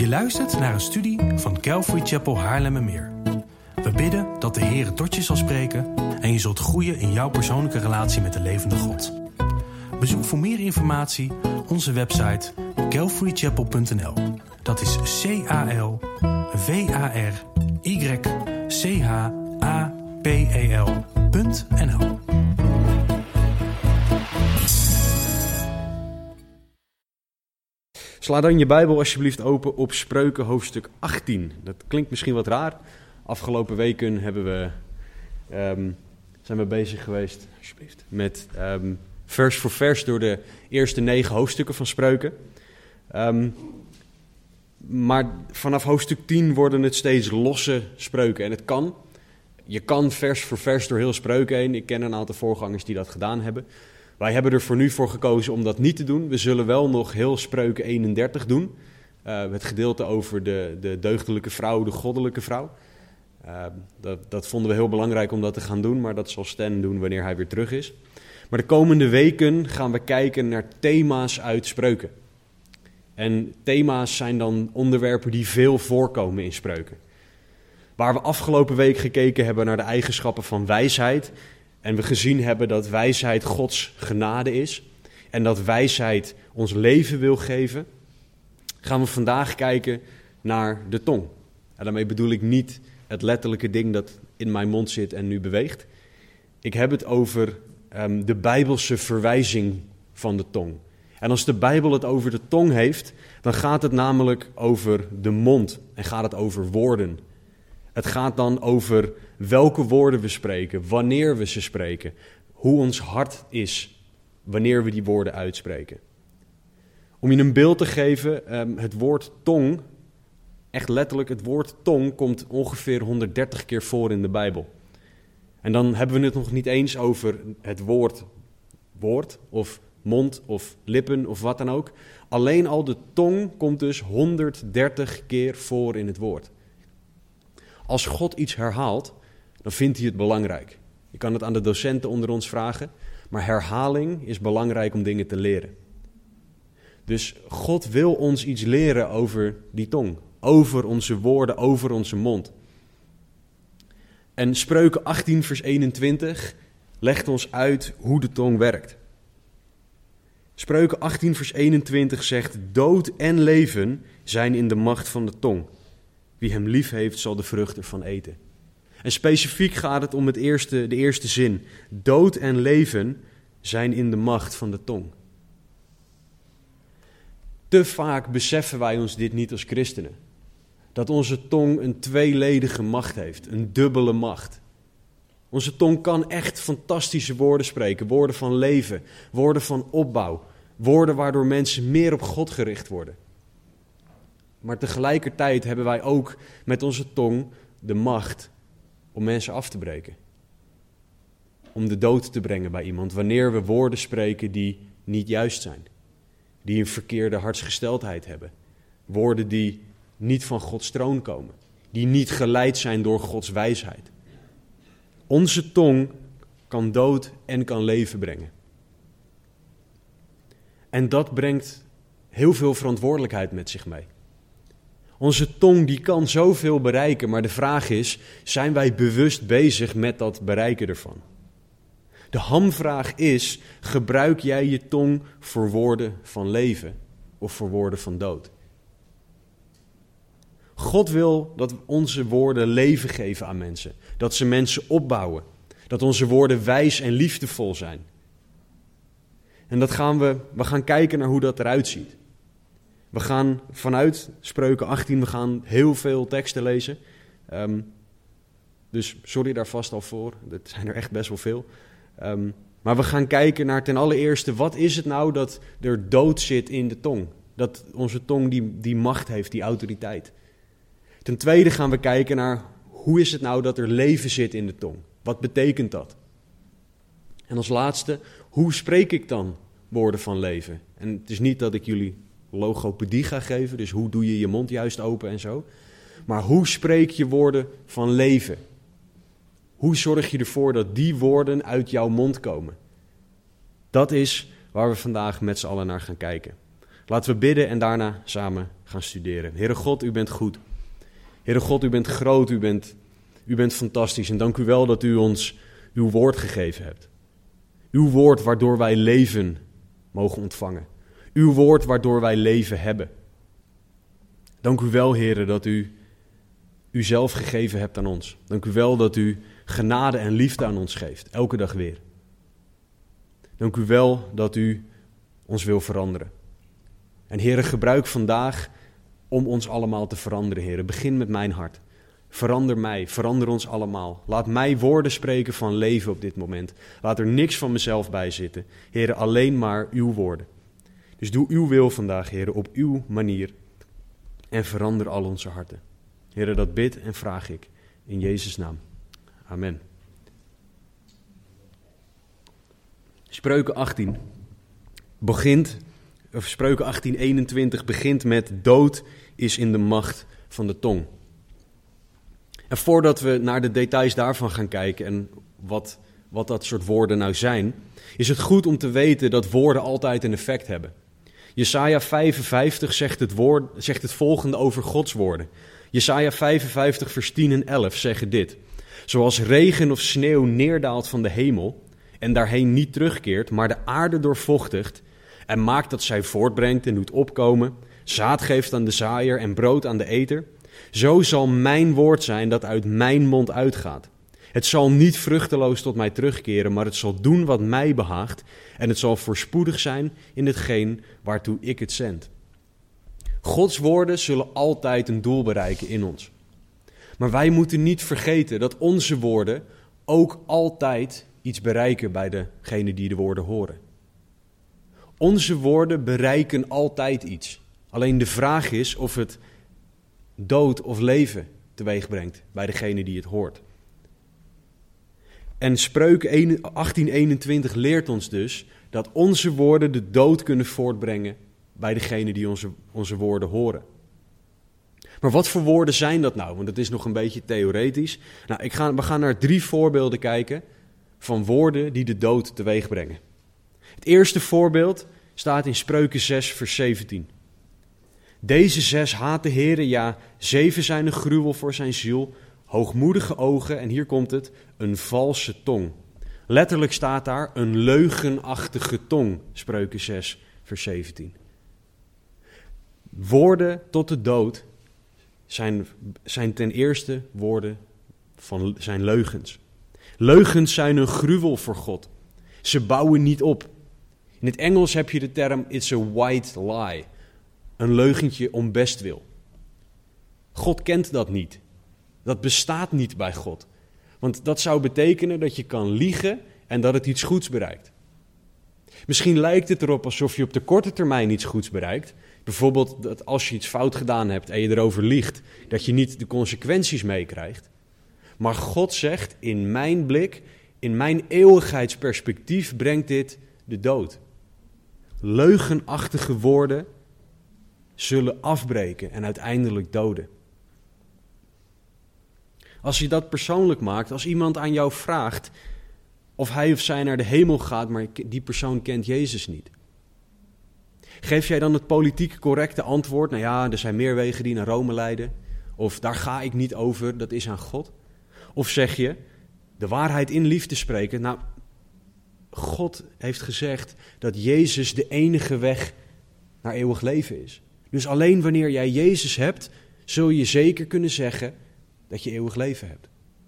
Je luistert naar een studie van Calvary Chapel Haarlemmermeer. We bidden dat de Heer tot je zal spreken en je zult groeien in jouw persoonlijke relatie met de levende God. Bezoek voor meer informatie onze website calvarychapel.nl. Dat is CALVARYCHAPEL.nl. Sla dan je Bijbel alsjeblieft open op Spreuken hoofdstuk 18. Dat klinkt misschien wat raar. Afgelopen weken zijn we bezig geweest met vers voor vers door de eerste 9 hoofdstukken van Spreuken. Maar vanaf hoofdstuk 10 worden het steeds losse spreuken. En het kan. Je kan vers voor vers door heel Spreuken heen. Ik ken een aantal voorgangers die dat gedaan hebben. Wij hebben er voor nu voor gekozen om dat niet te doen. We zullen wel nog heel Spreuken 31 doen. Het gedeelte over de deugdelijke vrouw, de goddelijke vrouw. Dat vonden we heel belangrijk om dat te gaan doen, maar dat zal Stan doen wanneer hij weer terug is. Maar de komende weken gaan we kijken naar thema's uit Spreuken. En thema's zijn dan onderwerpen die veel voorkomen in Spreuken. Waar we afgelopen week gekeken hebben naar de eigenschappen van wijsheid. En we gezien hebben dat wijsheid Gods genade is. En dat wijsheid ons leven wil geven. Gaan we vandaag kijken naar de tong. En daarmee bedoel ik niet het letterlijke ding dat in mijn mond zit en nu beweegt. Ik heb het over de Bijbelse verwijzing van de tong. En als de Bijbel het over de tong heeft, dan gaat het namelijk over de mond en gaat het over woorden. Het gaat dan over welke woorden we spreken, wanneer we ze spreken, hoe ons hart is wanneer we die woorden uitspreken. Om je een beeld te geven, het woord tong, echt letterlijk het woord tong, komt ongeveer 130 keer voor in de Bijbel. En dan hebben we het nog niet eens over het woord of mond of lippen of wat dan ook. Alleen al de tong komt dus 130 keer voor in het woord. Als God iets herhaalt, dan vindt hij het belangrijk. Je kan het aan de docenten onder ons vragen, maar herhaling is belangrijk om dingen te leren. Dus God wil ons iets leren over die tong, over onze woorden, over onze mond. En Spreuken 18 vers 21 legt ons uit hoe de tong werkt. Spreuken 18 vers 21 zegt: dood en leven zijn in de macht van de tong. Wie hem lief heeft, zal de vrucht ervan eten. En specifiek gaat het om de eerste zin. Dood en leven zijn in de macht van de tong. Te vaak beseffen wij ons dit niet als christenen. Dat onze tong een tweeledige macht heeft, een dubbele macht. Onze tong kan echt fantastische woorden spreken, woorden van leven, woorden van opbouw, woorden waardoor mensen meer op God gericht worden. Maar tegelijkertijd hebben wij ook met onze tong de macht om mensen af te breken. Om de dood te brengen bij iemand wanneer we woorden spreken die niet juist zijn. Die een verkeerde hartsgesteldheid hebben. Woorden die niet van Gods troon komen. Die niet geleid zijn door Gods wijsheid. Onze tong kan dood en kan leven brengen. En dat brengt heel veel verantwoordelijkheid met zich mee. Onze tong die kan zoveel bereiken, maar de vraag is, zijn wij bewust bezig met dat bereiken ervan? De hamvraag is, gebruik jij je tong voor woorden van leven of voor woorden van dood? God wil dat onze woorden leven geven aan mensen, dat ze mensen opbouwen, dat onze woorden wijs en liefdevol zijn. En we gaan kijken naar hoe dat eruit ziet. We gaan vanuit Spreuken 18, we gaan heel veel teksten lezen. Dus sorry daar vast al voor, dat zijn er echt best wel veel. Maar we gaan kijken naar ten allereerste, wat is het nou dat er dood zit in de tong? Dat onze tong die macht heeft, die autoriteit. Ten tweede gaan we kijken naar, hoe is het nou dat er leven zit in de tong? Wat betekent dat? En als laatste, hoe spreek ik dan woorden van leven? En het is niet dat ik jullie logopedie ga geven, dus hoe doe je je mond juist open en zo. Maar hoe spreek je woorden van leven? Hoe zorg je ervoor dat die woorden uit jouw mond komen? Dat is waar we vandaag met z'n allen naar gaan kijken. Laten we bidden en daarna samen gaan studeren. Heere God, u bent goed. Heere God, u bent groot, u bent fantastisch. En dank u wel dat u ons uw woord gegeven hebt. Uw woord waardoor wij leven mogen ontvangen. Uw woord waardoor wij leven hebben. Dank u wel, Heere, dat u uzelf gegeven hebt aan ons. Dank u wel dat u genade en liefde aan ons geeft, elke dag weer. Dank u wel dat u ons wil veranderen. En Heere, gebruik vandaag om ons allemaal te veranderen, Heere. Begin met mijn hart. Verander mij, verander ons allemaal. Laat mij woorden spreken van leven op dit moment. Laat er niks van mezelf bij zitten. Heere, alleen maar uw woorden. Dus doe uw wil vandaag, Heere, op uw manier. En verander al onze harten. Heere, dat bid en vraag ik in Jezus' naam. Amen. Spreuken 18:21 begint met dood is in de macht van de tong. En voordat we naar de details daarvan gaan kijken en wat dat soort woorden nou zijn, is het goed om te weten dat woorden altijd een effect hebben. Jesaja 55 zegt het volgende over Gods woorden. Jesaja 55 vers 10 en 11 zeggen dit. Zoals regen of sneeuw neerdaalt van de hemel en daarheen niet terugkeert, maar de aarde doorvochtigt en maakt dat zij voortbrengt en doet opkomen, zaad geeft aan de zaaier en brood aan de eter. Zo zal mijn woord zijn dat uit mijn mond uitgaat. Het zal niet vruchteloos tot mij terugkeren, maar het zal doen wat mij behaagt en het zal voorspoedig zijn in hetgeen waartoe ik het zend. Gods woorden zullen altijd een doel bereiken in ons. Maar wij moeten niet vergeten dat onze woorden ook altijd iets bereiken bij degene die de woorden horen. Onze woorden bereiken altijd iets. Alleen de vraag is of het dood of leven teweeg brengt bij degene die het hoort. En Spreuken 18:21 leert ons dus dat onze woorden de dood kunnen voortbrengen bij degene die onze woorden horen. Maar wat voor woorden zijn dat nou? Want het is nog een beetje theoretisch. Nou, we gaan naar 3 voorbeelden kijken van woorden die de dood teweeg brengen. Het eerste voorbeeld staat in Spreuken 6 vers 17. Deze 6 haat de Heere, ja, 7 zijn een gruwel voor zijn ziel, hoogmoedige ogen, en hier komt het, een valse tong. Letterlijk staat daar een leugenachtige tong, Spreuken 6 vers 17. Woorden tot de dood zijn ten eerste woorden zijn leugens. Leugens zijn een gruwel voor God. Ze bouwen niet op. In het Engels heb je de term it's a white lie. Een leugentje om bestwil. God kent dat niet. Dat bestaat niet bij God. Want dat zou betekenen dat je kan liegen en dat het iets goeds bereikt. Misschien lijkt het erop alsof je op de korte termijn iets goeds bereikt. Bijvoorbeeld dat als je iets fout gedaan hebt en je erover liegt, dat je niet de consequenties meekrijgt. Maar God zegt, in mijn blik, in mijn eeuwigheidsperspectief brengt dit de dood. Leugenachtige woorden zullen afbreken en uiteindelijk doden. Als je dat persoonlijk maakt, als iemand aan jou vraagt of hij of zij naar de hemel gaat, maar die persoon kent Jezus niet. Geef jij dan het politiek correcte antwoord? Nou ja, er zijn meer wegen die naar Rome leiden. Of daar ga ik niet over, dat is aan God. Of zeg je, de waarheid in liefde spreken. Nou, God heeft gezegd dat Jezus de enige weg naar eeuwig leven is. Dus alleen wanneer jij Jezus hebt, zul je zeker kunnen zeggen dat je eeuwig leven hebt.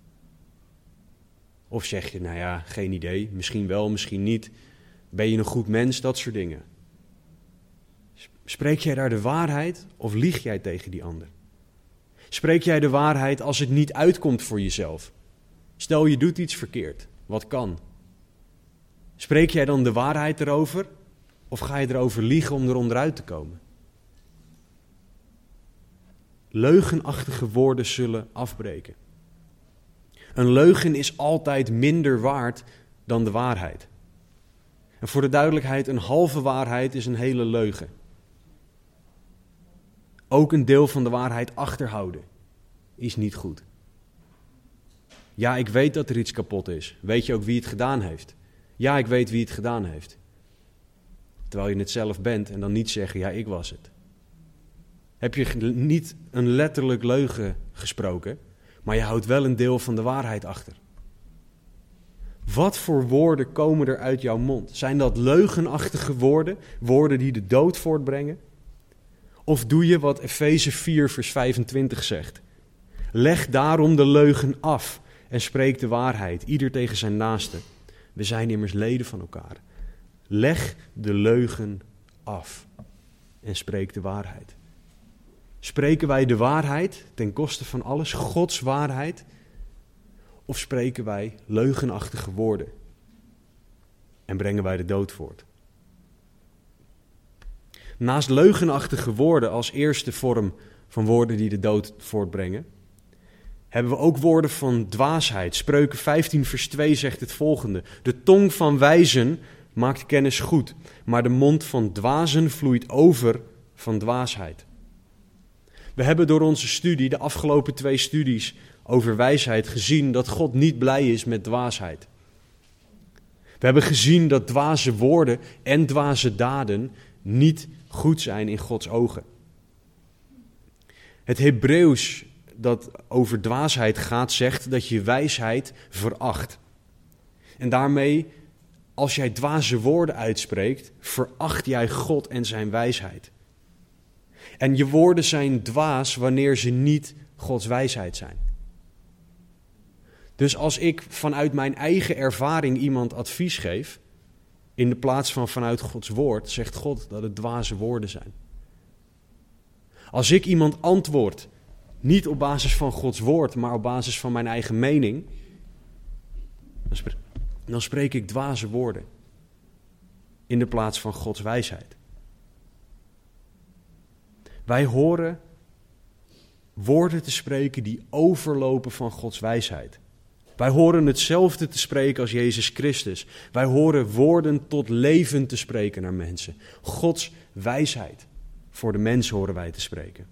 Of zeg je, nou ja, geen idee, misschien wel, misschien niet. Ben je een goed mens, dat soort dingen. Spreek jij daar de waarheid of lieg jij tegen die ander? Spreek jij de waarheid als het niet uitkomt voor jezelf? Stel je doet iets verkeerd, wat kan? Spreek jij dan de waarheid erover of ga je erover liegen om er onderuit te komen? Leugenachtige woorden zullen afbreken. Een leugen is altijd minder waard dan de waarheid. En voor de duidelijkheid, een halve waarheid is een hele leugen. Ook een deel van de waarheid achterhouden is niet goed. Ja, ik weet dat er iets kapot is. Weet je ook wie het gedaan heeft? Ja, ik weet wie het gedaan heeft. terwijl je het zelf bent en dan niet zeggen, ja, ik was het. Heb je niet een letterlijk leugen gesproken, maar je houdt wel een deel van de waarheid achter. Wat voor woorden komen er uit jouw mond? Zijn dat leugenachtige woorden, woorden die de dood voortbrengen? Of doe je wat Efeze 4 vers 25 zegt? Leg daarom de leugen af en spreek de waarheid, ieder tegen zijn naaste. We zijn immers leden van elkaar. Leg de leugen af en spreek de waarheid. Spreken wij de waarheid ten koste van alles, Gods waarheid? Of spreken wij leugenachtige woorden en brengen wij de dood voort? Naast leugenachtige woorden als eerste vorm van woorden die de dood voortbrengen, hebben we ook woorden van dwaasheid. Spreuken 15 vers 2 zegt het volgende: de tong van wijzen maakt kennis goed, maar de mond van dwazen vloeit over van dwaasheid. We hebben door onze studie, de afgelopen 2 studies over wijsheid, gezien dat God niet blij is met dwaasheid. We hebben gezien dat dwaze woorden en dwaze daden niet goed zijn in Gods ogen. Het Hebreeuws dat over dwaasheid gaat, zegt dat je wijsheid veracht. En daarmee, als jij dwaze woorden uitspreekt, veracht jij God en zijn wijsheid. En je woorden zijn dwaas wanneer ze niet Gods wijsheid zijn. Dus als ik vanuit mijn eigen ervaring iemand advies geef, in de plaats van vanuit Gods woord, zegt God dat het dwaze woorden zijn. Als ik iemand antwoord, niet op basis van Gods woord, maar op basis van mijn eigen mening, dan spreek ik dwaze woorden in de plaats van Gods wijsheid. Wij horen woorden te spreken die overlopen van Gods wijsheid. Wij horen hetzelfde te spreken als Jezus Christus. Wij horen woorden tot leven te spreken naar mensen. Gods wijsheid voor de mens horen wij te spreken.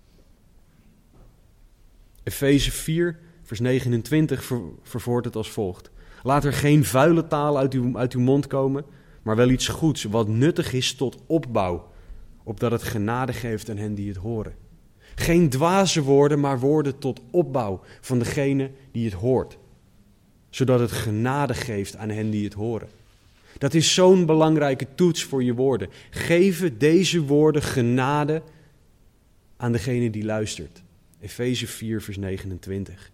Efeze 4, vers 29 verwoordt het als volgt. Laat er geen vuile taal uit uw mond komen, maar wel iets goeds, wat nuttig is tot opbouw, opdat het genade geeft aan hen die het horen. Geen dwaze woorden, maar woorden tot opbouw van degene die het hoort, zodat het genade geeft aan hen die het horen. Dat is zo'n belangrijke toets voor je woorden. Geven deze woorden genade aan degene die luistert. Efeze 4, vers 29.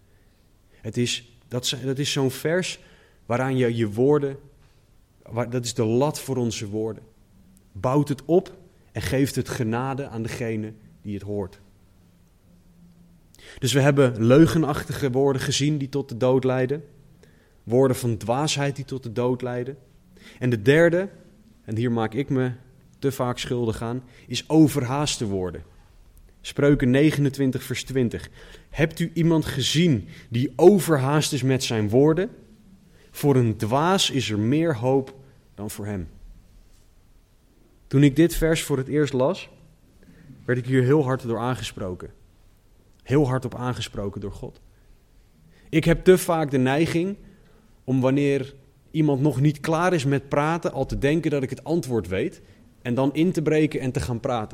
Dat is zo'n vers waaraan je woorden, dat is de lat voor onze woorden. Bouwt het op en geeft het genade aan degene die het hoort. Dus we hebben leugenachtige woorden gezien die tot de dood leiden. Woorden van dwaasheid die tot de dood leiden. En de derde, en hier maak ik me te vaak schuldig aan, is overhaaste woorden. Spreuken 29 vers 20. Hebt u iemand gezien die overhaast is met zijn woorden? Voor een dwaas is er meer hoop dan voor hem. Toen ik dit vers voor het eerst las, werd ik hier heel hard door aangesproken. Heel hard op aangesproken door God. Ik heb te vaak de neiging om wanneer iemand nog niet klaar is met praten, al te denken dat ik het antwoord weet en dan in te breken en te gaan praten.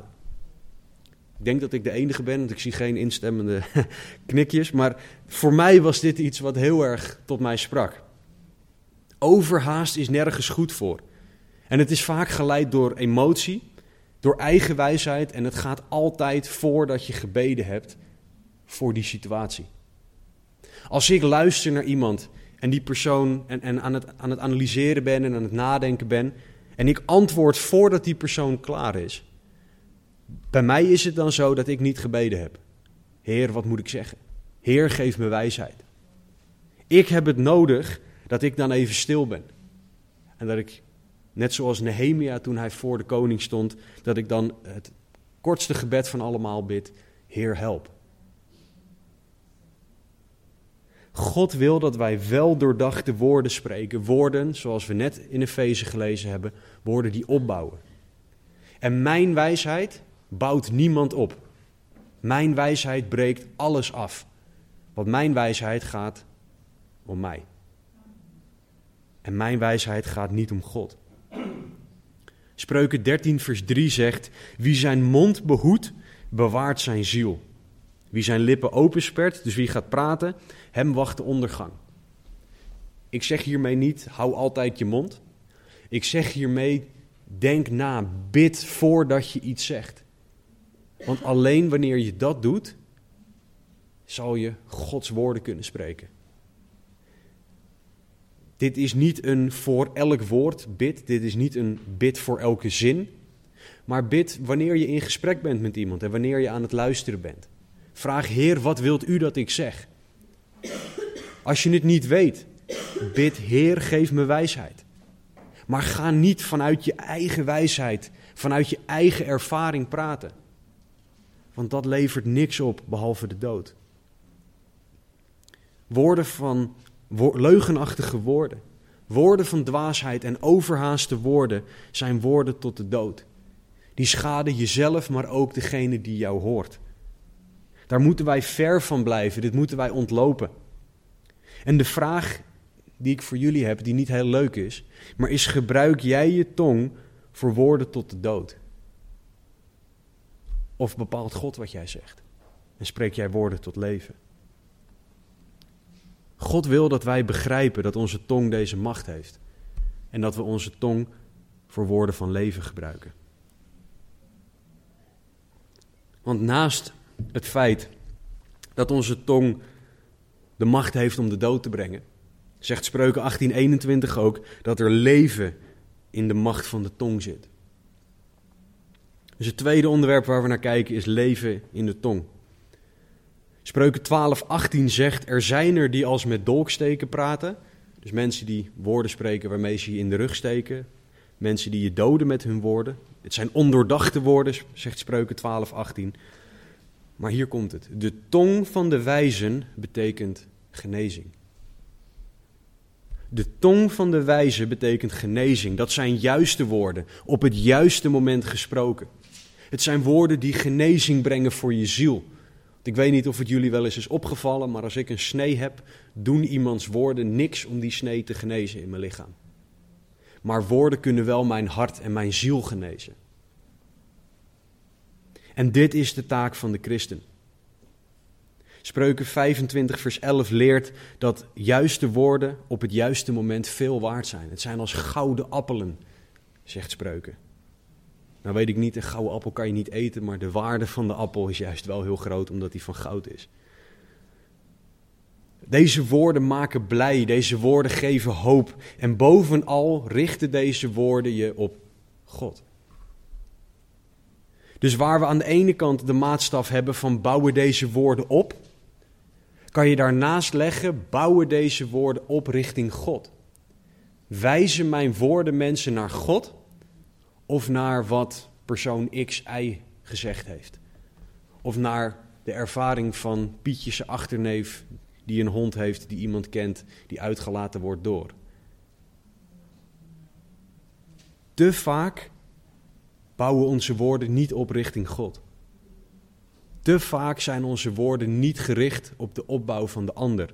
Ik denk dat ik de enige ben, want ik zie geen instemmende knikjes, maar voor mij was dit iets wat heel erg tot mij sprak. Overhaast is nergens goed voor. En het is vaak geleid door emotie, door eigen wijsheid en het gaat altijd voordat je gebeden hebt voor die situatie. Als ik luister naar iemand en die persoon en aan het analyseren ben en aan het nadenken ben en ik antwoord voordat die persoon klaar is, bij mij is het dan zo dat ik niet gebeden heb. Heer, wat moet ik zeggen? Heer, geef me wijsheid. Ik heb het nodig dat ik dan even stil ben. En dat ik, net zoals Nehemia toen hij voor de koning stond, dat ik dan het kortste gebed van allemaal bid. Heer, help. God wil dat wij wel doordachte woorden spreken. Woorden, zoals we net in Efeze gelezen hebben, woorden die opbouwen. En mijn wijsheid bouwt niemand op. Mijn wijsheid breekt alles af. Want mijn wijsheid gaat om mij. En mijn wijsheid gaat niet om God. Spreuken 13 vers 3 zegt: wie zijn mond behoedt, bewaart zijn ziel. Wie zijn lippen openspert, dus wie gaat praten, hem wacht de ondergang. Ik zeg hiermee niet, hou altijd je mond. Ik zeg hiermee, denk na, bid voordat je iets zegt. Want alleen wanneer je dat doet, zal je Gods woorden kunnen spreken. Dit is niet een voor elk woord bid, dit is niet een bid voor elke zin. Maar bid wanneer je in gesprek bent met iemand en wanneer je aan het luisteren bent. Vraag: Heer, wat wilt u dat ik zeg? Als je het niet weet, bid: Heer, geef me wijsheid. Maar ga niet vanuit je eigen wijsheid, vanuit je eigen ervaring praten. Want dat levert niks op behalve de dood. Leugenachtige woorden, woorden van dwaasheid en overhaaste woorden zijn woorden tot de dood. Die schaden jezelf, maar ook degene die jou hoort. Daar moeten wij ver van blijven, dit moeten wij ontlopen. En de vraag die ik voor jullie heb, die niet heel leuk is, maar is: gebruik jij je tong voor woorden tot de dood? Of bepaalt God wat jij zegt? En spreek jij woorden tot leven? God wil dat wij begrijpen dat onze tong deze macht heeft. En dat we onze tong voor woorden van leven gebruiken. Want naast het feit dat onze tong de macht heeft om de dood te brengen, zegt Spreuken 18:21 ook dat er leven in de macht van de tong zit. Dus het tweede onderwerp waar we naar kijken is leven in de tong. Spreuken 12:18 zegt: er zijn er die als met dolksteken praten. Dus mensen die woorden spreken waarmee ze je in de rug steken. Mensen die je doden met hun woorden. Het zijn ondoordachte woorden, zegt Spreuken 12:18. Maar hier komt het. De tong van de wijzen betekent genezing. De tong van de wijze betekent genezing. Dat zijn juiste woorden, op het juiste moment gesproken. Het zijn woorden die genezing brengen voor je ziel. Ik weet niet of het jullie wel eens is opgevallen, maar als ik een snee heb, doen iemands woorden niks om die snee te genezen in mijn lichaam. Maar woorden kunnen wel mijn hart en mijn ziel genezen. En dit is de taak van de christen. Spreuken 25 vers 11 leert dat juiste woorden op het juiste moment veel waard zijn. Het zijn als gouden appelen, zegt Spreuken. Nou weet ik niet, een gouden appel kan je niet eten, maar de waarde van de appel is juist wel heel groot omdat die van goud is. Deze woorden maken blij, deze woorden geven hoop. En bovenal richten deze woorden je op God. Dus waar we aan de ene kant de maatstaf hebben van bouwen deze woorden op, kan je daarnaast leggen: bouwen deze woorden op richting God. Wijzen mijn woorden mensen naar God of naar wat persoon X, Y gezegd heeft? Of naar de ervaring van Pietje zijn achterneef die een hond heeft die iemand kent die uitgelaten wordt door? Te vaak bouwen onze woorden niet op richting God. Te vaak zijn onze woorden niet gericht op de opbouw van de ander.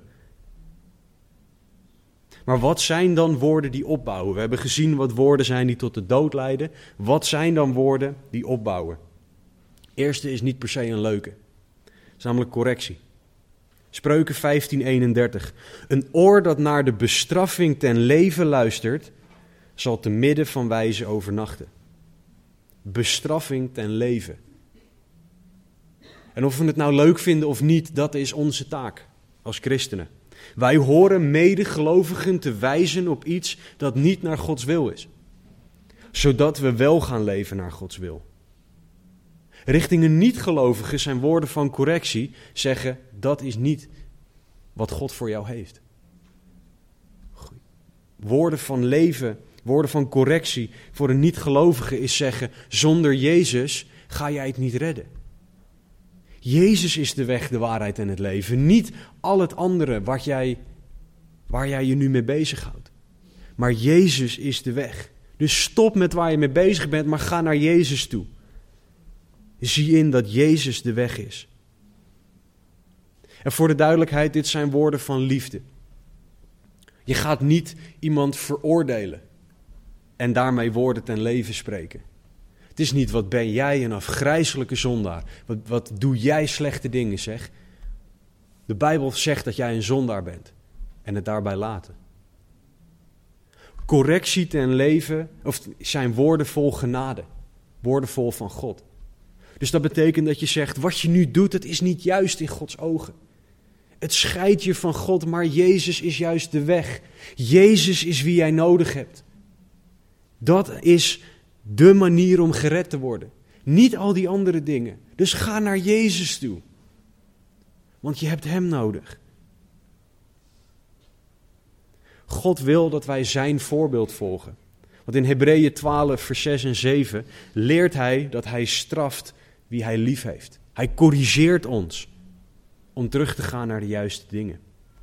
Maar wat zijn dan woorden die opbouwen? We hebben gezien wat woorden zijn die tot de dood leiden. Wat zijn dan woorden die opbouwen? Eerste is niet per se een leuke. Het is namelijk correctie. Spreuken 15:31. Een oor dat naar de bestraffing ten leven luistert, zal te midden van wijzen overnachten. Bestraffing ten leven. En of we het nou leuk vinden of niet, dat is onze taak als christenen. Wij horen medegelovigen te wijzen op iets dat niet naar Gods wil is. Zodat we wel gaan leven naar Gods wil. Richting een niet-gelovige zijn woorden van correctie zeggen: dat is niet wat God voor jou heeft. Woorden van leven, woorden van correctie voor een niet-gelovige is zeggen: zonder Jezus ga jij het niet redden. Jezus is de weg, de waarheid en het leven. Niet al het andere waar jij je nu mee bezighoudt. Maar Jezus is de weg. Dus stop met waar je mee bezig bent, maar ga naar Jezus toe. Zie in dat Jezus de weg is. En voor de duidelijkheid, dit zijn woorden van liefde. Je gaat niet iemand veroordelen en daarmee woorden ten leven spreken. Het is niet wat ben jij een afgrijselijke zondaar. Wat doe jij slechte dingen, zeg. De Bijbel zegt dat jij een zondaar bent en het daarbij laten. Correctie ten leven, of zijn woorden vol genade. Woorden vol van God. Dus dat betekent dat je zegt, wat je nu doet, het is niet juist in Gods ogen. Het scheidt je van God, maar Jezus is juist de weg. Jezus is wie jij nodig hebt. Dat is de manier om gered te worden. Niet al die andere dingen. Dus ga naar Jezus toe. Want je hebt Hem nodig. God wil dat wij zijn voorbeeld volgen. Want in Hebreeën 12, vers 6 en 7 leert Hij dat Hij straft wie Hij lief heeft. Hij corrigeert ons om terug te gaan naar de juiste dingen.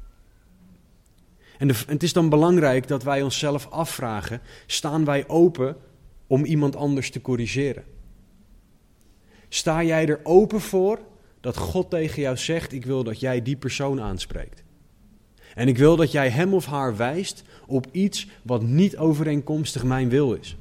En het is dan belangrijk dat wij onszelf afvragen, staan wij open om iemand anders te corrigeren? Sta jij er open voor dat God tegen jou zegt, ik wil dat jij die persoon aanspreekt? En ik wil dat jij hem of haar wijst op iets wat niet overeenkomstig mijn wil is.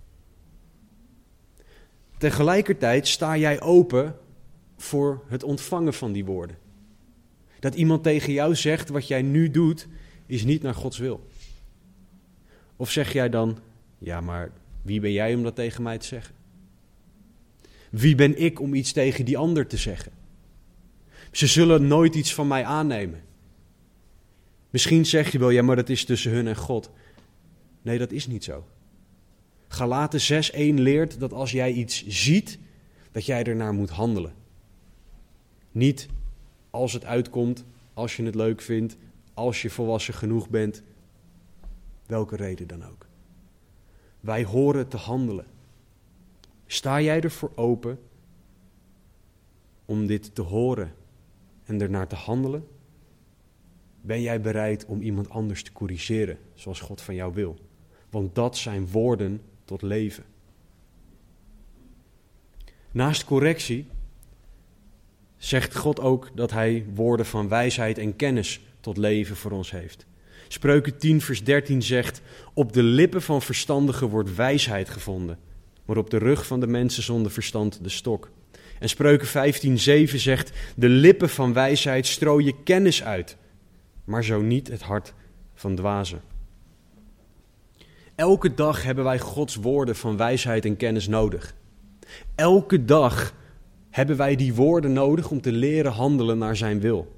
Tegelijkertijd sta jij open voor het ontvangen van die woorden. Dat iemand tegen jou zegt, wat jij nu doet, is niet naar Gods wil. Of zeg jij dan, ja, maar wie ben jij om dat tegen mij te zeggen? Wie ben ik om iets tegen die ander te zeggen? Ze zullen nooit iets van mij aannemen. Misschien zeg je wel, ja, maar dat is tussen hun en God. Nee, dat is niet zo. Galaten 6:1 leert dat als jij iets ziet, dat jij ernaar moet handelen. Niet als het uitkomt, als je het leuk vindt, als je volwassen genoeg bent, welke reden dan ook. Wij horen te handelen. Sta jij ervoor open om dit te horen en ernaar te handelen? Ben jij bereid om iemand anders te corrigeren, zoals God van jou wil? Want dat zijn woorden tot leven. Naast correctie zegt God ook dat hij woorden van wijsheid en kennis tot leven voor ons heeft. Spreuken 10 vers 13 zegt, op de lippen van verstandigen wordt wijsheid gevonden, maar op de rug van de mensen zonder verstand de stok. En Spreuken 15:7 zegt, de lippen van wijsheid strooien kennis uit, maar zo niet het hart van dwazen. Elke dag hebben wij Gods woorden van wijsheid en kennis nodig. Elke dag hebben wij die woorden nodig om te leren handelen naar zijn wil.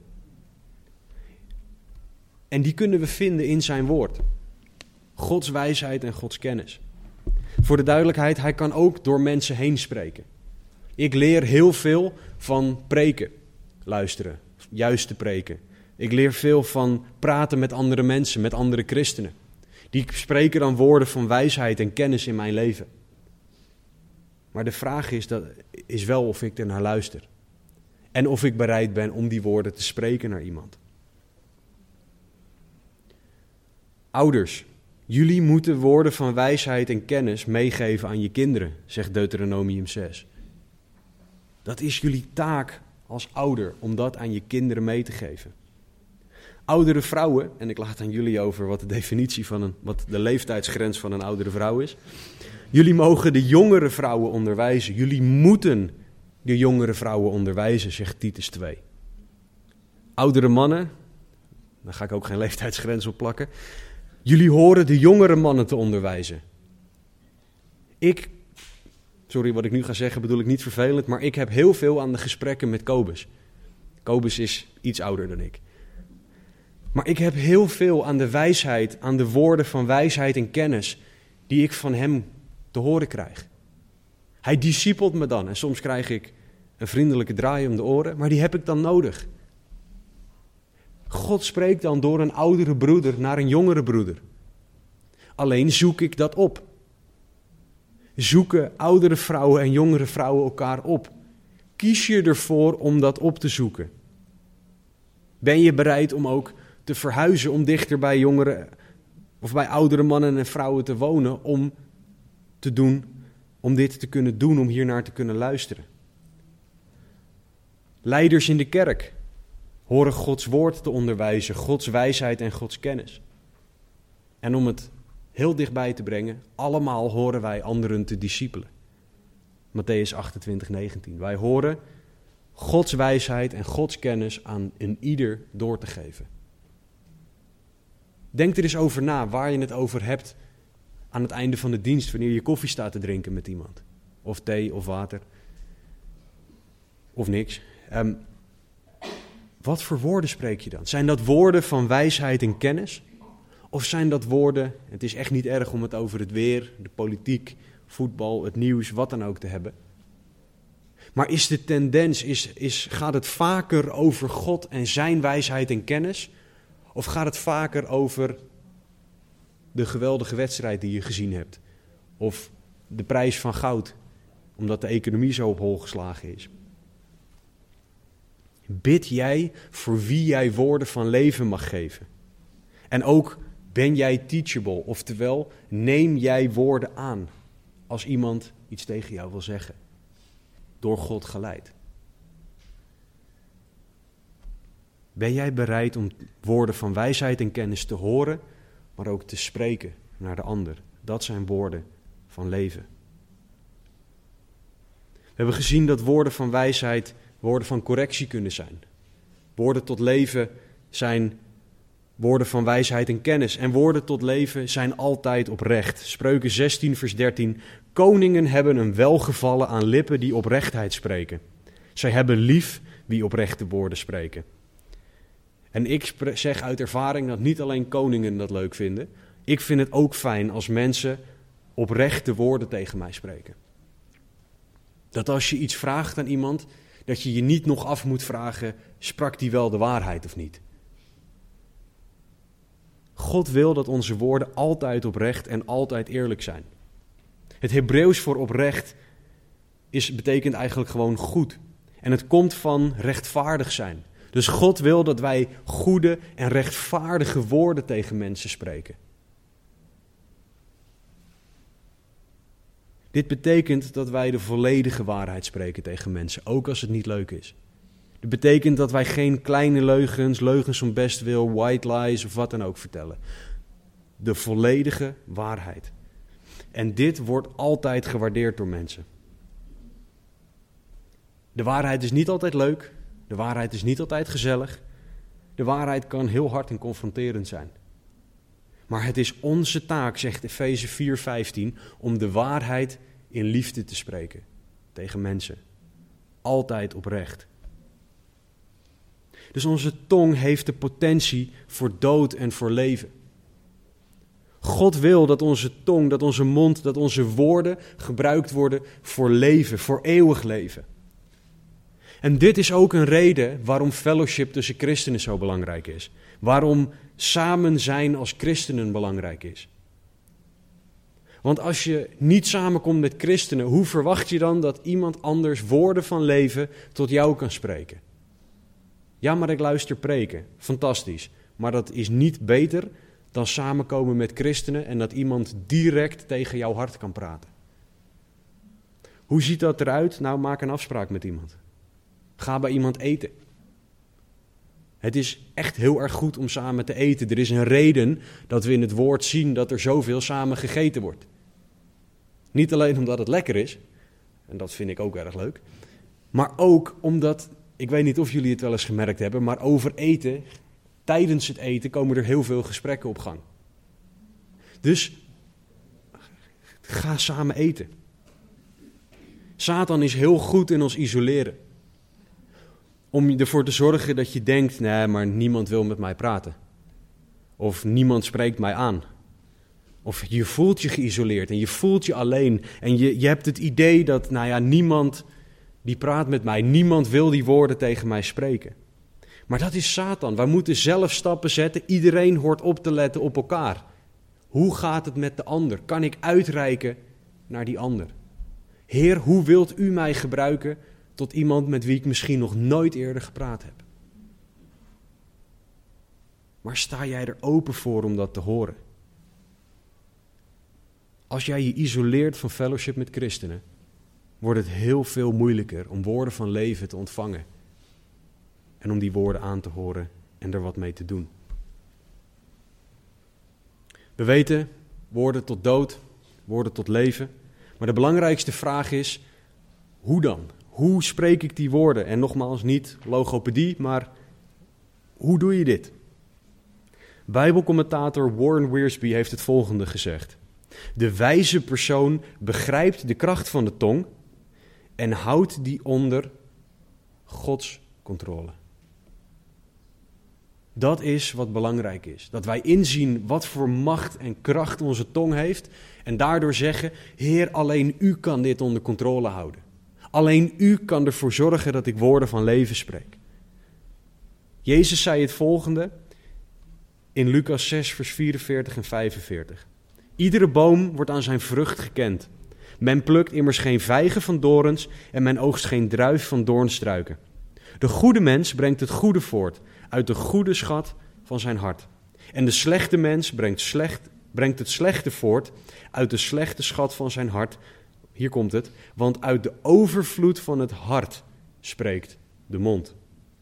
En die kunnen we vinden in zijn woord. Gods wijsheid en Gods kennis. Voor de duidelijkheid, hij kan ook door mensen heen spreken. Ik leer heel veel van preken, luisteren, juist te preken. Ik leer veel van praten met andere mensen, met andere christenen. Die spreken dan woorden van wijsheid en kennis in mijn leven. Maar de vraag is wel of ik er naar luister. En of ik bereid ben om die woorden te spreken naar iemand. Ouders, jullie moeten woorden van wijsheid en kennis meegeven aan je kinderen, zegt Deuteronomium 6. Dat is jullie taak als ouder, om dat aan je kinderen mee te geven. Oudere vrouwen, en ik laat aan jullie over wat de definitie wat de leeftijdsgrens van een oudere vrouw is. Jullie mogen de jongere vrouwen onderwijzen. Jullie moeten de jongere vrouwen onderwijzen, zegt Titus 2. Oudere mannen, daar ga ik ook geen leeftijdsgrens op plakken. Jullie horen de jongere mannen te onderwijzen. Sorry wat ik nu ga zeggen, bedoel ik niet vervelend, maar ik heb heel veel aan de gesprekken met Kobus. Kobus is iets ouder dan ik. Maar ik heb heel veel aan de wijsheid, aan de woorden van wijsheid en kennis die ik van hem te horen krijg. Hij discipelt me dan en soms krijg ik een vriendelijke draai om de oren, maar die heb ik dan nodig. God spreekt dan door een oudere broeder naar een jongere broeder. Alleen zoek ik dat op. Zoeken oudere vrouwen en jongere vrouwen elkaar op. Kies je ervoor om dat op te zoeken? Ben je bereid om ook te verhuizen, om dichter bij jongeren of bij oudere mannen en vrouwen te wonen, om dit te kunnen doen, om hiernaar te kunnen luisteren? Leiders in de kerk horen Gods woord te onderwijzen, Gods wijsheid en Gods kennis. En om het heel dichtbij te brengen. Allemaal horen wij anderen te discipelen. Mattheüs 28:19. Wij horen Gods wijsheid en Gods kennis aan een ieder door te geven. Denk er eens over na waar je het over hebt aan het einde van de dienst, wanneer je koffie staat te drinken met iemand. Of thee of water. Of niks. Wat voor woorden spreek je dan? Zijn dat woorden van wijsheid en kennis? Of zijn dat woorden, het is echt niet erg om het over het weer, de politiek, voetbal, het nieuws, wat dan ook te hebben. Maar is de tendens, gaat het vaker over God en zijn wijsheid en kennis? Of gaat het vaker over de geweldige wedstrijd die je gezien hebt? Of de prijs van goud, omdat de economie zo op hol geslagen is? Bid jij voor wie jij woorden van leven mag geven? En ook ben jij teachable, oftewel neem jij woorden aan als iemand iets tegen jou wil zeggen? Door God geleid. Ben jij bereid om woorden van wijsheid en kennis te horen, maar ook te spreken naar de ander? Dat zijn woorden van leven. We hebben gezien dat woorden van wijsheid woorden van correctie kunnen zijn. Woorden tot leven zijn woorden van wijsheid en kennis. En woorden tot leven zijn altijd oprecht. Spreuken 16 vers 13. Koningen hebben een welgevallen aan lippen die oprechtheid spreken. Zij hebben lief wie oprechte woorden spreken. En ik zeg uit ervaring dat niet alleen koningen dat leuk vinden. Ik vind het ook fijn als mensen oprechte woorden tegen mij spreken. Dat als je iets vraagt aan iemand, dat je je niet nog af moet vragen, sprak die wel de waarheid of niet? God wil dat onze woorden altijd oprecht en altijd eerlijk zijn. Het Hebreeuws voor oprecht betekent eigenlijk gewoon goed. En het komt van rechtvaardig zijn. Dus God wil dat wij goede en rechtvaardige woorden tegen mensen spreken. Dit betekent dat wij de volledige waarheid spreken tegen mensen, ook als het niet leuk is. Dit betekent dat wij geen kleine leugens om bestwil, white lies of wat dan ook vertellen. De volledige waarheid. En dit wordt altijd gewaardeerd door mensen. De waarheid is niet altijd leuk. De waarheid is niet altijd gezellig. De waarheid kan heel hard en confronterend zijn. Maar het is onze taak, zegt Efeze 4:15, om de waarheid in liefde te spreken tegen mensen. Altijd oprecht. Dus onze tong heeft de potentie voor dood en voor leven. God wil dat onze tong, dat onze mond, dat onze woorden gebruikt worden voor leven, voor eeuwig leven. En dit is ook een reden waarom fellowship tussen christenen zo belangrijk is. Waarom samen zijn als christenen belangrijk is. Want als je niet samenkomt met christenen, hoe verwacht je dan dat iemand anders woorden van leven tot jou kan spreken? Ja, maar ik luister preken. Fantastisch. Maar dat is niet beter dan samenkomen met christenen en dat iemand direct tegen jouw hart kan praten. Hoe ziet dat eruit? Nou, maak een afspraak met iemand. Ga bij iemand eten. Het is echt heel erg goed om samen te eten. Er is een reden dat we in het woord zien dat er zoveel samen gegeten wordt. Niet alleen omdat het lekker is, en dat vind ik ook erg leuk, maar ook omdat, ik weet niet of jullie het wel eens gemerkt hebben, maar over eten, tijdens het eten komen er heel veel gesprekken op gang. Dus ga samen eten. Satan is heel goed in ons isoleren. Om ervoor te zorgen dat je denkt, nee, maar niemand wil met mij praten. Of niemand spreekt mij aan. Of je voelt je geïsoleerd en je voelt je alleen. En je hebt het idee dat, niemand die praat met mij. Niemand wil die woorden tegen mij spreken. Maar dat is Satan. Wij moeten zelf stappen zetten. Iedereen hoort op te letten op elkaar. Hoe gaat het met de ander? Kan ik uitreiken naar die ander? Heer, hoe wilt u mij gebruiken tot iemand met wie ik misschien nog nooit eerder gepraat heb? Maar sta jij er open voor om dat te horen? Als jij je isoleert van fellowship met christenen, wordt het heel veel moeilijker om woorden van leven te ontvangen. En om die woorden aan te horen en er wat mee te doen. We weten Woorden tot dood, woorden tot leven. Maar de belangrijkste vraag is, hoe dan? Hoe spreek ik die woorden? En nogmaals, niet logopedie, maar hoe doe je dit? Bijbelcommentator Warren Wiersbe heeft het volgende gezegd. De wijze persoon begrijpt de kracht van de tong en houdt die onder Gods controle. Dat is wat belangrijk is. Dat wij inzien wat voor macht en kracht onze tong heeft en daardoor zeggen, Heer, alleen U kan dit onder controle houden. Alleen U kan ervoor zorgen dat ik woorden van leven spreek. Jezus zei het volgende in Lucas 6, vers 44 en 45. Iedere boom wordt aan zijn vrucht gekend. Men plukt immers geen vijgen van dorens en men oogst geen druif van doornstruiken. De goede mens brengt het goede voort uit de goede schat van zijn hart. En de slechte mens brengt het slechte voort uit de slechte schat van zijn hart. Hier komt het, want uit de overvloed van het hart spreekt de mond.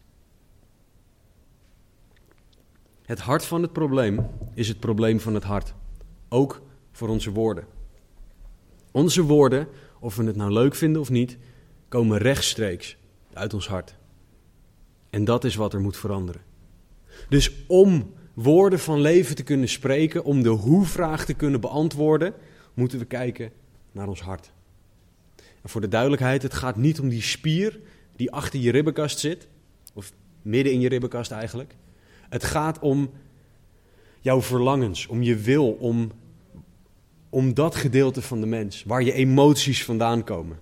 Het hart van het probleem is het probleem van het hart. Ook voor onze woorden. Onze woorden, of we het nou leuk vinden of niet, komen rechtstreeks uit ons hart. En dat is wat er moet veranderen. Dus om woorden van leven te kunnen spreken, om de hoe-vraag te kunnen beantwoorden, moeten we kijken naar ons hart. En voor de duidelijkheid, het gaat niet om die spier die achter je ribbenkast zit, of midden in je ribbenkast eigenlijk. Het gaat om jouw verlangens, om je wil, om dat gedeelte van de mens, waar je emoties vandaan komen.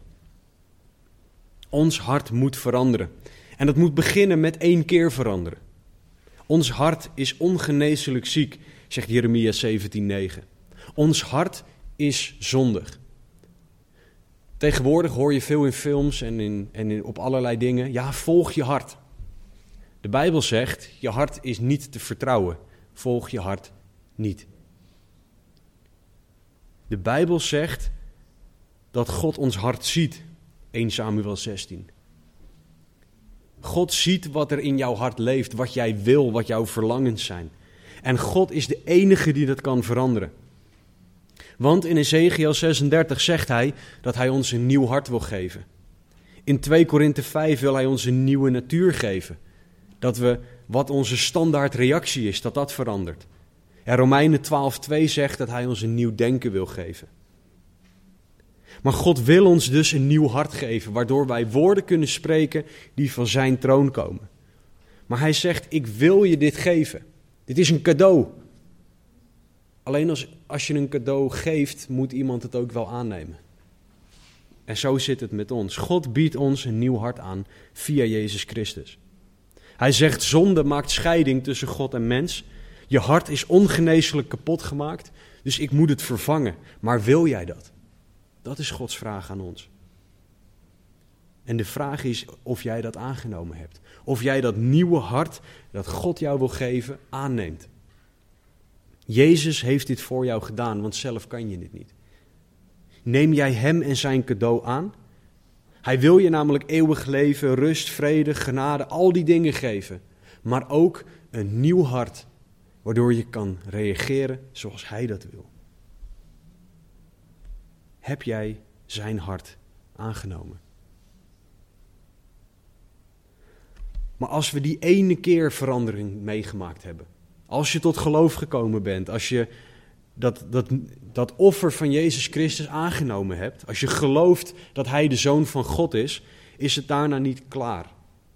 Ons hart moet veranderen. En dat moet beginnen met 1 keer veranderen. Ons hart is ongeneeslijk ziek, zegt Jeremia 17:9. Ons hart is zondig. Tegenwoordig hoor je veel in films en op allerlei dingen, ja, volg je hart. De Bijbel zegt, je hart is niet te vertrouwen. Volg je hart niet. De Bijbel zegt dat God ons hart ziet. 1 Samuel 16. God ziet wat er in jouw hart leeft, wat jij wil, wat jouw verlangens zijn. En God is de enige die dat kan veranderen. Want in Ezekiel 36 zegt hij dat hij ons een nieuw hart wil geven. In 2 Korinthe 5 wil hij ons een nieuwe natuur geven. Dat we, wat onze standaard reactie is, dat verandert. En Romeinen 12:2 zegt dat hij ons een nieuw denken wil geven. Maar God wil ons dus een nieuw hart geven, waardoor wij woorden kunnen spreken die van zijn troon komen. Maar hij zegt, ik wil je dit geven. Dit is een cadeau. Alleen als je een cadeau geeft, moet iemand het ook wel aannemen. En zo zit het met ons. God biedt ons een nieuw hart aan via Jezus Christus. Hij zegt, zonde maakt scheiding tussen God en mens. Je hart is ongeneeslijk kapot gemaakt, dus ik moet het vervangen. Maar wil jij dat? Dat is Gods vraag aan ons. En de vraag is of jij dat aangenomen hebt. Of jij dat nieuwe hart dat God jou wil geven, aanneemt. Jezus heeft dit voor jou gedaan, want zelf kan je dit niet. Neem jij hem en zijn cadeau aan? Hij wil je namelijk eeuwig leven, rust, vrede, genade, al die dingen geven. Maar ook een nieuw hart, waardoor je kan reageren zoals hij dat wil. Heb jij zijn hart aangenomen? Maar als we die ene keer verandering meegemaakt hebben, als je tot geloof gekomen bent, als je dat offer van Jezus Christus aangenomen hebt, als je gelooft dat hij de Zoon van God is het daarna niet klaar.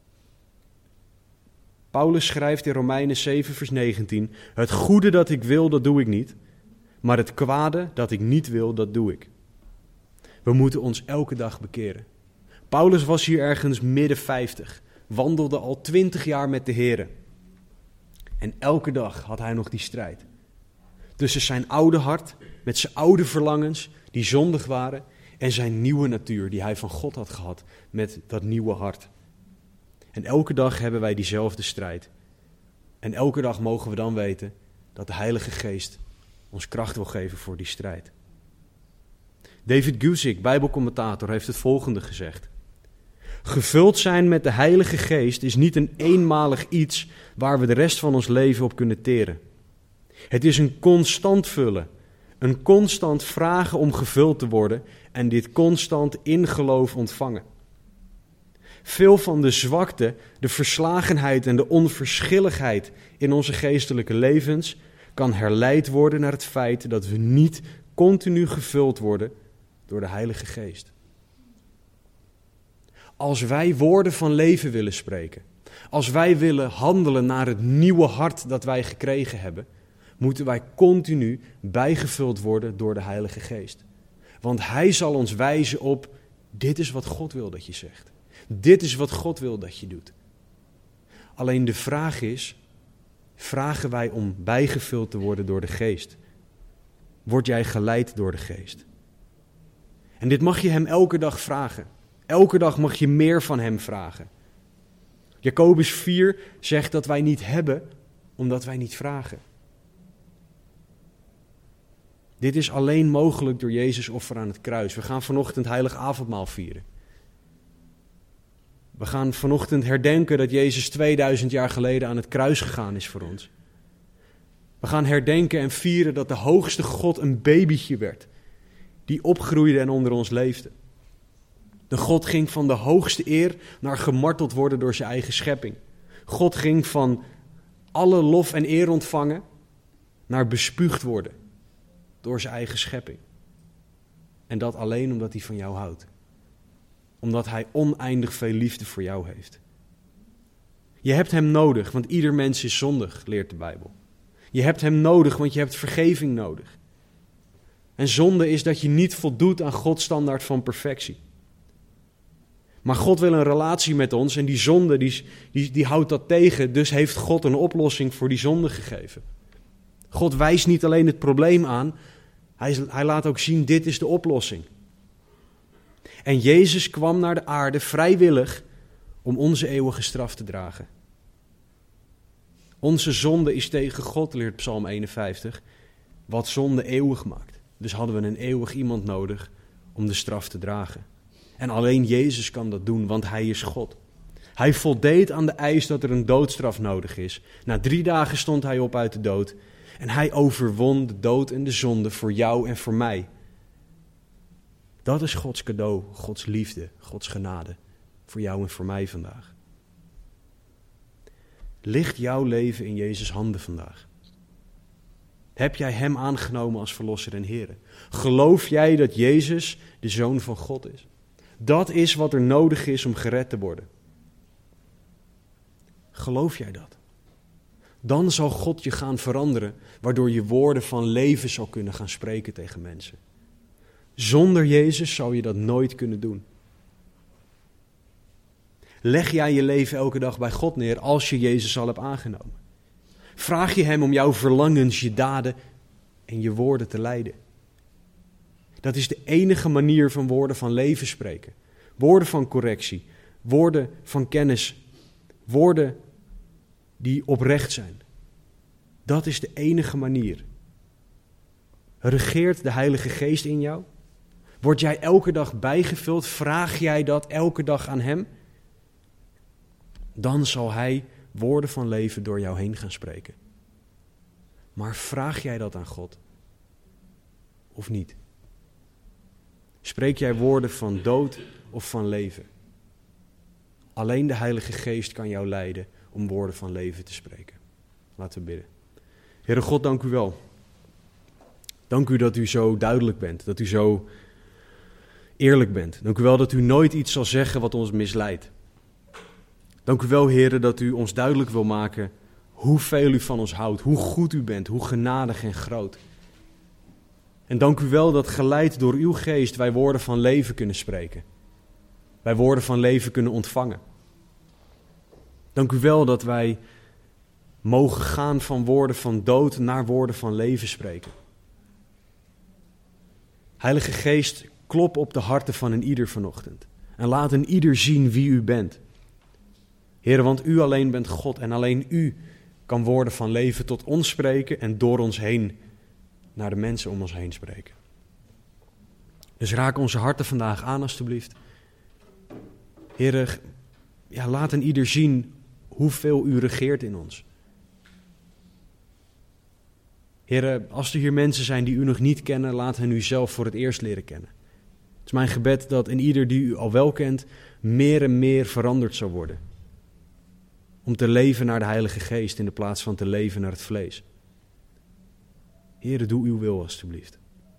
Paulus schrijft in Romeinen 7 vers 19, het goede dat ik wil, dat doe ik niet, maar het kwade dat ik niet wil, dat doe ik. We moeten ons elke dag bekeren. Paulus was hier ergens midden 50, wandelde al 20 jaar met de Here. En elke dag had hij nog die strijd. Tussen zijn oude hart, met zijn oude verlangens, die zondig waren, en zijn nieuwe natuur, die hij van God had gehad, met dat nieuwe hart. En elke dag hebben wij diezelfde strijd. En elke dag mogen we dan weten dat de Heilige Geest ons kracht wil geven voor die strijd. David Guzik, Bijbelcommentator, heeft het volgende gezegd. Gevuld zijn met de Heilige Geest is niet een eenmalig iets waar we de rest van ons leven op kunnen teren. Het is een constant vullen, Een constant vragen om gevuld te worden en dit constant in geloof ontvangen. Veel van de zwakte, de verslagenheid en de onverschilligheid in onze geestelijke levens kan herleid worden naar het feit dat we niet continu gevuld worden door de Heilige Geest. Als wij woorden van leven willen spreken, als wij willen handelen naar het nieuwe hart dat wij gekregen hebben, moeten wij continu bijgevuld worden door de Heilige Geest. Want Hij zal ons wijzen op, dit is wat God wil dat je zegt. Dit is wat God wil dat je doet. Alleen de vraag is, vragen wij om bijgevuld te worden door de Geest? Word jij geleid door de Geest? En dit mag je Hem elke dag vragen. Elke dag mag je meer van Hem vragen. Jacobus 4 zegt dat wij niet hebben, omdat wij niet vragen. Dit is alleen mogelijk door Jezus' offer aan het kruis. We gaan vanochtend heilig avondmaal vieren. We gaan vanochtend herdenken dat Jezus 2000 jaar geleden aan het kruis gegaan is voor ons. We gaan herdenken en vieren dat de hoogste God een babytje werd, die opgroeide en onder ons leefde. De God ging van de hoogste eer naar gemarteld worden door zijn eigen schepping. God ging van alle lof en eer ontvangen naar bespuugd worden door zijn eigen schepping. En dat alleen omdat hij van jou houdt. Omdat hij oneindig veel liefde voor jou heeft. Je hebt hem nodig, want ieder mens is zondig, leert de Bijbel. Je hebt hem nodig, want je hebt vergeving nodig. En zonde is dat je niet voldoet aan Gods standaard van perfectie. Maar God wil een relatie met ons en die zonde die houdt dat tegen. Dus heeft God een oplossing voor die zonde gegeven. God wijst niet alleen het probleem aan, hij laat ook zien, dit is de oplossing. En Jezus kwam naar de aarde vrijwillig om onze eeuwige straf te dragen. Onze zonde is tegen God, leert Psalm 51, wat zonde eeuwig maakt. Dus hadden we een eeuwig iemand nodig om de straf te dragen. En alleen Jezus kan dat doen, want Hij is God. Hij voldeed aan de eis dat er een doodstraf nodig is. Na 3 dagen stond Hij op uit de dood. En Hij overwon de dood en de zonde voor jou en voor mij. Dat is Gods cadeau, Gods liefde, Gods genade voor jou en voor mij vandaag. Ligt jouw leven in Jezus' handen vandaag? Heb jij Hem aangenomen als Verlosser en Heere? Geloof jij dat Jezus de Zoon van God is? Dat is wat er nodig is om gered te worden. Geloof jij dat? Dan zal God je gaan veranderen, waardoor je woorden van leven zal kunnen gaan spreken tegen mensen. Zonder Jezus zou je dat nooit kunnen doen. Leg jij je leven elke dag bij God neer als je Jezus al hebt aangenomen? Vraag je Hem om jouw verlangens, je daden en je woorden te leiden? Dat is de enige manier van woorden van leven spreken. Woorden van correctie, woorden van kennis, woorden die oprecht zijn. Dat is de enige manier. Regeert de Heilige Geest in jou? Word jij elke dag bijgevuld? Vraag jij dat elke dag aan Hem? Dan zal Hij woorden van leven door jou heen gaan spreken. Maar vraag jij dat aan God? Of niet? Spreek jij woorden van dood of van leven? Alleen de Heilige Geest kan jou leiden om woorden van leven te spreken. Laten we bidden. Heere God, dank u wel. Dank u dat u zo duidelijk bent, dat u zo eerlijk bent. Dank u wel dat u nooit iets zal zeggen wat ons misleidt. Dank u wel, Heere, dat u ons duidelijk wil maken hoeveel u van ons houdt, hoe goed u bent, hoe genadig en groot. En dank u wel dat geleid door uw geest wij woorden van leven kunnen spreken. Wij woorden van leven kunnen ontvangen. Dank u wel dat wij mogen gaan van woorden van dood naar woorden van leven spreken. Heilige Geest, klop op de harten van een ieder vanochtend. En laat een ieder zien wie u bent. Heer, want u alleen bent God en alleen u kan woorden van leven tot ons spreken en door ons heen naar de mensen om ons heen spreken. Dus raak onze harten vandaag aan alstublieft. Heer, laat een ieder zien hoeveel u regeert in ons. Heere, als er hier mensen zijn die u nog niet kennen, laat hen u zelf voor het eerst leren kennen. Het is mijn gebed dat in ieder die u al wel kent, meer en meer veranderd zal worden. Om te leven naar de Heilige Geest in de plaats van te leven naar het vlees. Heere, doe uw wil alstublieft.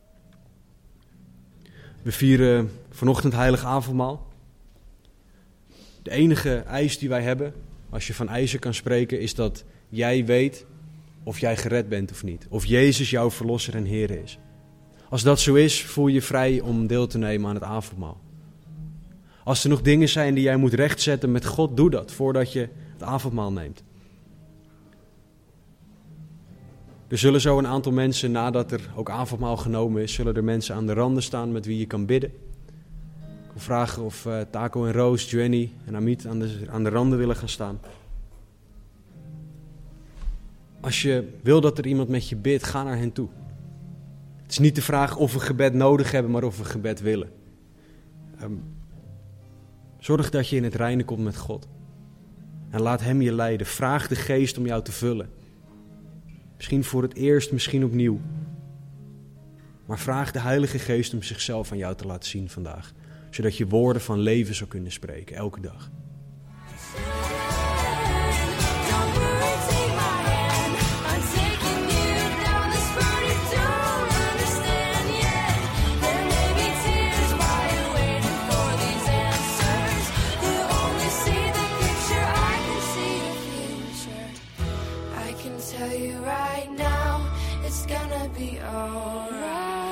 We vieren vanochtend heilig avondmaal. De enige eis die wij hebben, als je van eisen kan spreken, is dat jij weet of jij gered bent of niet. Of Jezus jouw verlosser en Heer is. Als dat zo is, voel je vrij om deel te nemen aan het avondmaal. Als er nog dingen zijn die jij moet rechtzetten met God, doe dat voordat je het avondmaal neemt. Er zullen zo een aantal mensen, nadat er ook avondmaal genomen is, zullen er mensen aan de randen staan met wie je kan bidden. Ik wil vragen of Taco en Roos, Jenny en Amit aan de randen willen gaan staan. Als je wil dat er iemand met je bidt, ga naar hen toe. Het is niet de vraag of we gebed nodig hebben, maar of we gebed willen. Zorg dat je in het reine komt met God. En laat hem je leiden. Vraag de Geest om jou te vullen. Misschien voor het eerst, misschien opnieuw. Maar vraag de Heilige Geest om zichzelf aan jou te laten zien vandaag. Zodat je woorden van leven zou kunnen spreken, elke dag. Tell you right now, it's gonna be alright.